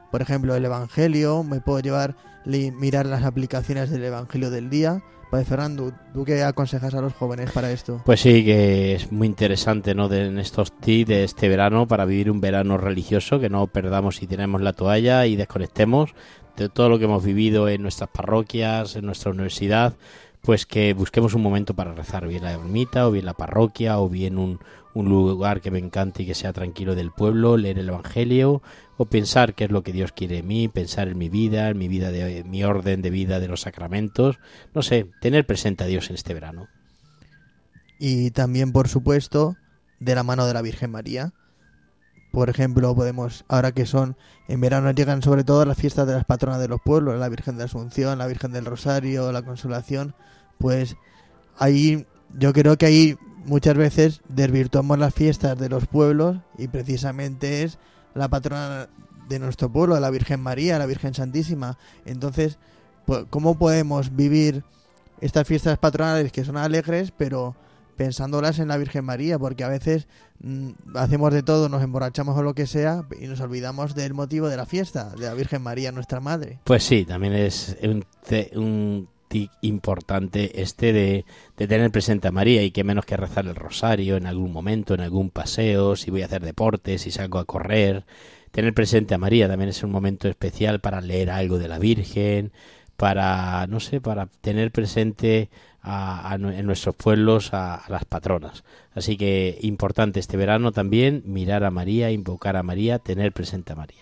por ejemplo, el Evangelio, me puedo llevar, li, mirar las aplicaciones del Evangelio del día. Padre Fernando, ¿tú qué aconsejas a los jóvenes para esto? Pues sí, que es muy interesante, ¿no? De, en estos tips de este verano, para vivir un verano religioso, que no perdamos y tiremos la toalla y desconectemos de todo lo que hemos vivido en nuestras parroquias, en nuestra universidad, pues que busquemos un momento para rezar, bien la ermita, o bien la parroquia, o bien un, un lugar que me encante y que sea tranquilo del pueblo, leer el Evangelio, o pensar qué es lo que Dios quiere de mí, pensar en mi vida, en mi vida, de mi orden de vida de los sacramentos, no sé, tener presente a Dios en este verano. Y también, por supuesto, de la mano de la Virgen María. Por ejemplo, podemos, ahora que son, en verano llegan sobre todo las fiestas de las patronas de los pueblos, la Virgen de Asunción, la Virgen del Rosario, la Consolación, pues ahí yo creo que ahí muchas veces desvirtuamos las fiestas de los pueblos y precisamente es la patrona de nuestro pueblo, la Virgen María, la Virgen Santísima. Entonces, ¿cómo podemos vivir estas fiestas patronales que son alegres, pero pensándolas en la Virgen María? Porque a veces mmm, hacemos de todo, nos emborrachamos o lo que sea y nos olvidamos del motivo de la fiesta, de la Virgen María, nuestra Madre. Pues sí, también es un, te, un tic importante este de, de tener presente a María, y qué menos que rezar el rosario en algún momento, en algún paseo, si voy a hacer deporte, si salgo a correr. Tener presente a María también es un momento especial para leer algo de la Virgen, para, no sé, para tener presente a, a, en nuestros pueblos a, a las patronas. Así que importante este verano también mirar a María, invocar a María, tener presente a María.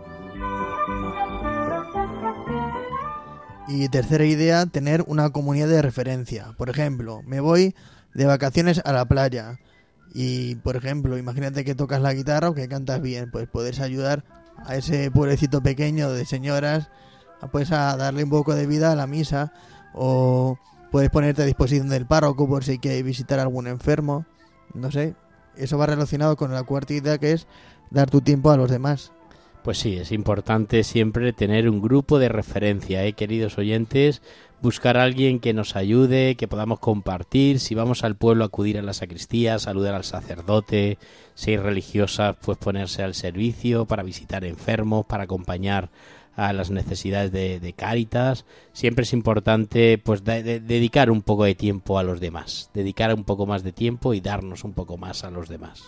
Y tercera idea, tener una comunidad de referencia. Por ejemplo, me voy de vacaciones a la playa y, por ejemplo, imagínate que tocas la guitarra o que cantas bien, pues puedes ayudar a ese pueblecito pequeño de señoras pues a darle un poco de vida a la misa, o puedes ponerte a disposición del párroco por si hay que visitar a algún enfermo. No sé, eso va relacionado con la cuarta idea, que es dar tu tiempo a los demás. Pues sí, es importante siempre tener un grupo de referencia, ¿eh, queridos oyentes? Buscar a alguien que nos ayude, que podamos compartir. Si vamos al pueblo, acudir a la sacristía, saludar al sacerdote. Si hay religiosas, pues ponerse al servicio para visitar enfermos, para acompañar a las necesidades de, de Cáritas. Siempre es importante pues de, de, dedicar un poco de tiempo a los demás, dedicar un poco más de tiempo y darnos un poco más a los demás.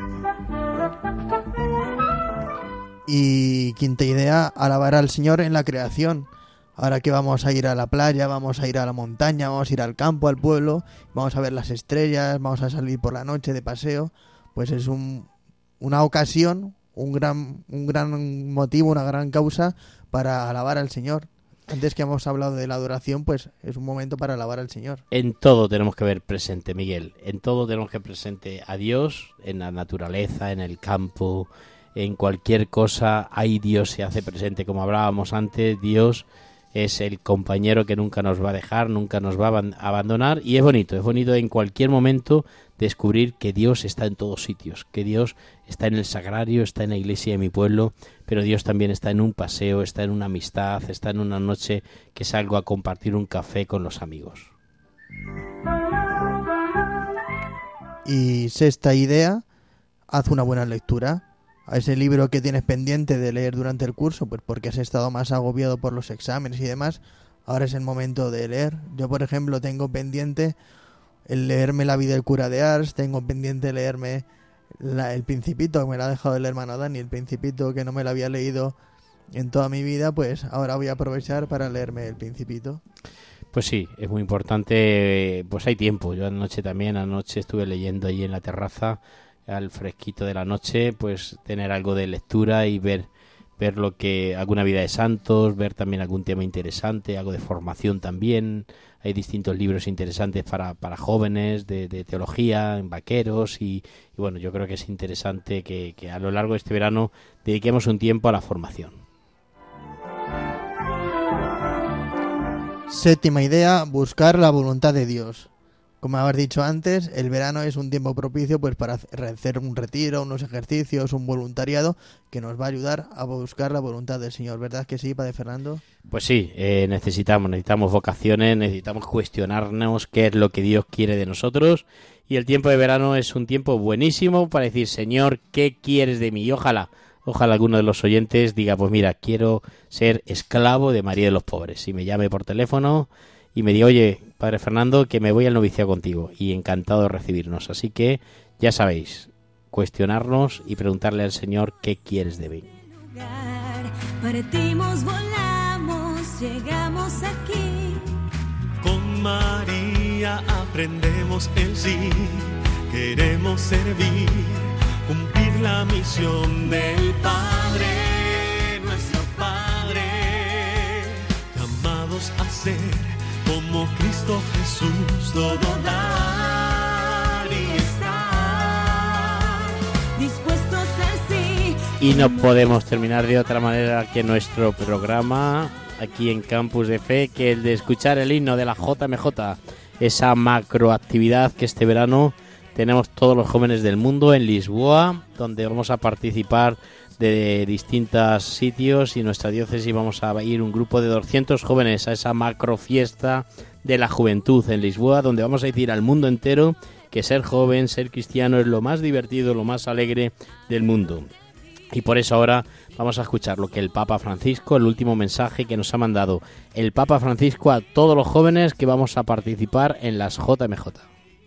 Y quinta idea, alabar al Señor en la creación. Ahora que vamos a ir a la playa, vamos a ir a la montaña, vamos a ir al campo, al pueblo, vamos a ver las estrellas, vamos a salir por la noche de paseo, pues es un, una ocasión, un gran, un gran motivo, una gran causa para alabar al Señor. Antes que hemos hablado de la adoración, pues es un momento para alabar al Señor. En todo tenemos que ver presente, Miguel. En todo tenemos que ver presente a Dios, en la naturaleza, en el campo, en cualquier cosa. Ahí Dios se hace presente. Como hablábamos antes, Dios es el compañero que nunca nos va a dejar, nunca nos va a abandonar. Y es bonito, es bonito en cualquier momento descubrir que Dios está en todos sitios, que Dios está en el sagrario, está en la iglesia de mi pueblo, pero Dios también está en un paseo, está en una amistad, está en una noche que salgo a compartir un café con los amigos. Y sexta idea, haz una buena lectura. A ese libro que tienes pendiente de leer durante el curso, pues porque has estado más agobiado por los exámenes y demás, ahora es el momento de leer. Yo, por ejemplo, tengo pendiente el leerme La vida del cura de Ars, tengo pendiente leerme la, El Principito, que me lo ha dejado el hermano Dani, El Principito, que no me lo había leído en toda mi vida, pues ahora voy a aprovechar para leerme El Principito. Pues sí, es muy importante, pues hay tiempo. Yo anoche también, anoche estuve leyendo allí en la terraza, al fresquito de la noche, pues tener algo de lectura y ver ver lo que alguna vida de santos, ver también algún tema interesante, algo de formación también. Hay distintos libros interesantes para, para jóvenes de, de teología, en vaqueros y, y bueno, yo creo que es interesante que, que a lo largo de este verano dediquemos un tiempo a la formación. Séptima idea, buscar la voluntad de Dios. Como habéis dicho antes, el verano es un tiempo propicio pues para hacer un retiro, unos ejercicios, un voluntariado que nos va a ayudar a buscar la voluntad del Señor. ¿Verdad que sí, Padre Fernando? Pues sí, eh, necesitamos, necesitamos vocaciones, necesitamos cuestionarnos qué es lo que Dios quiere de nosotros. Y el tiempo de verano es un tiempo buenísimo para decir, Señor, ¿qué quieres de mí? Y ojalá Ojalá alguno de los oyentes diga, pues mira, quiero ser esclavo de María de los Pobres. Y me llame por teléfono y me diga, oye, Padre Fernando, que me voy al noviciado contigo. Y encantado de recibirnos. Así que ya sabéis, cuestionarnos y preguntarle al Señor qué quieres de mí. Partimos, volamos, llegamos aquí. Con María aprendemos el sí, queremos servir, cumplir la misión del Padre, nuestro Padre, llamados a ser como Cristo Jesús, todo dar y estar dispuestos al sí. Y no podemos terminar de otra manera que nuestro programa aquí en Campus de Fe, que el de escuchar el himno de la J M J, esa macroactividad que este verano tenemos todos los jóvenes del mundo en Lisboa, donde vamos a participar de distintos sitios, y en nuestra diócesis vamos a ir un grupo de doscientos jóvenes a esa macrofiesta de la juventud en Lisboa, donde vamos a decir al mundo entero que ser joven, ser cristiano es lo más divertido, lo más alegre del mundo. Y por eso ahora vamos a escuchar lo que el Papa Francisco, el último mensaje que nos ha mandado el Papa Francisco a todos los jóvenes que vamos a participar en las J M J.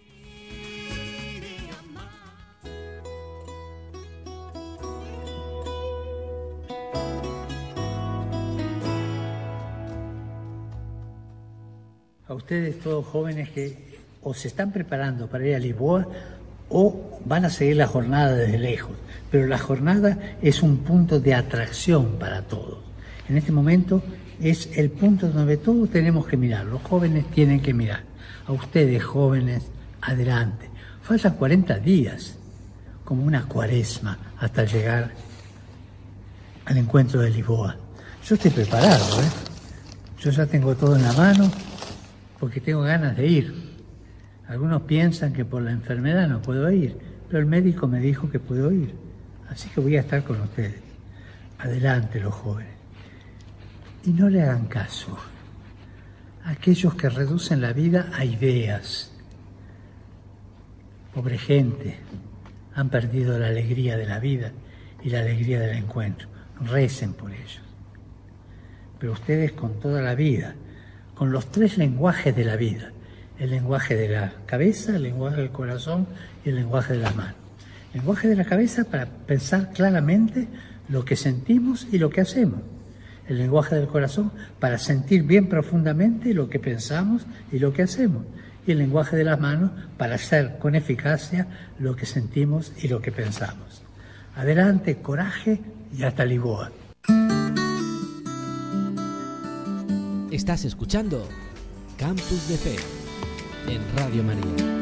A ustedes todos jóvenes que o se están preparando para ir a Lisboa o van a seguir la jornada desde lejos, pero la jornada es un punto de atracción para todos. En este momento es el punto donde todos tenemos que mirar, los jóvenes tienen que mirar. A ustedes jóvenes, adelante. Faltan cuarenta días, como una cuaresma, hasta llegar al encuentro de Lisboa. Yo estoy preparado, ¿eh? Yo ya tengo todo en la mano porque tengo ganas de ir. Algunos piensan que por la enfermedad no puedo ir, pero el médico me dijo que puedo ir. Así que voy a estar con ustedes. Adelante los jóvenes. Y no le hagan caso a aquellos que reducen la vida a ideas. Pobre gente, han perdido la alegría de la vida y la alegría del encuentro. Recen por ellos. Pero ustedes con toda la vida, con los tres lenguajes de la vida, el lenguaje de la cabeza, el lenguaje del corazón y el lenguaje de las manos. El lenguaje de la cabeza para pensar claramente lo que sentimos y lo que hacemos. El lenguaje del corazón para sentir bien profundamente lo que pensamos y lo que hacemos. Y el lenguaje de las manos para hacer con eficacia lo que sentimos y lo que pensamos. Adelante, coraje y hasta Lisboa. Estás escuchando Campus de Fe en Radio María.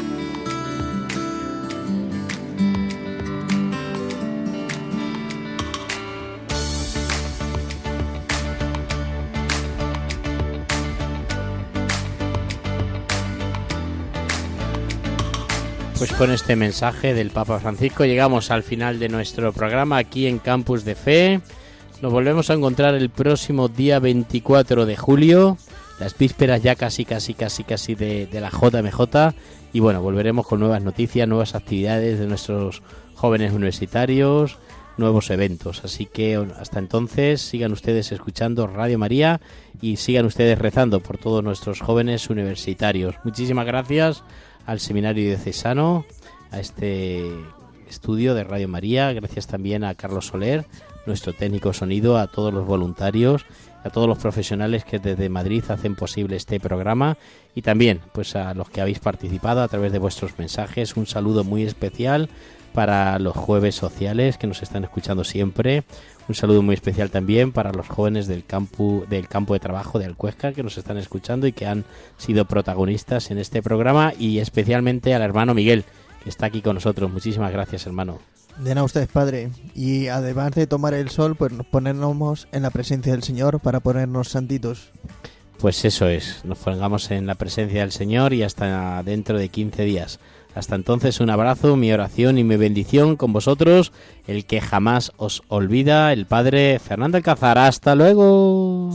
Pues con este mensaje del Papa Francisco llegamos al final de nuestro programa aquí en Campus de Fe. Nos volvemos a encontrar el próximo día veinticuatro de julio, las vísperas ya casi, casi, casi, casi de, de la J M J. Y bueno, volveremos con nuevas noticias, nuevas actividades de nuestros jóvenes universitarios, nuevos eventos. Así que hasta entonces sigan ustedes escuchando Radio María y sigan ustedes rezando por todos nuestros jóvenes universitarios. Muchísimas gracias al Seminario Diocesano, a este estudio de Radio María. Gracias también a Carlos Soler, nuestro técnico sonido, a todos los voluntarios, a todos los profesionales que desde Madrid hacen posible este programa, y también pues a los que habéis participado a través de vuestros mensajes. Un saludo muy especial para los jueves sociales que nos están escuchando siempre. Un saludo muy especial también para los jóvenes del campo, del campo de trabajo de Alcuesca que nos están escuchando y que han sido protagonistas en este programa, y especialmente al hermano Miguel, que está aquí con nosotros. Muchísimas gracias, hermano. De nada, ustedes, padre. Y además de tomar el sol, pues ponernos en la presencia del Señor para ponernos santitos. Pues eso es, nos pongamos en la presencia del Señor, y hasta dentro de quince días. Hasta entonces, un abrazo, mi oración y mi bendición con vosotros, el que jamás os olvida, el Padre Fernando Alcázar. ¡Hasta luego!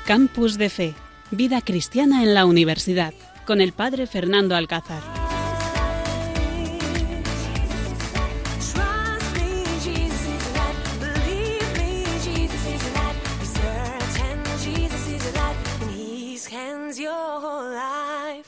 Campus de Fe, vida cristiana en la universidad, con el padre Fernando Alcázar. Your whole life.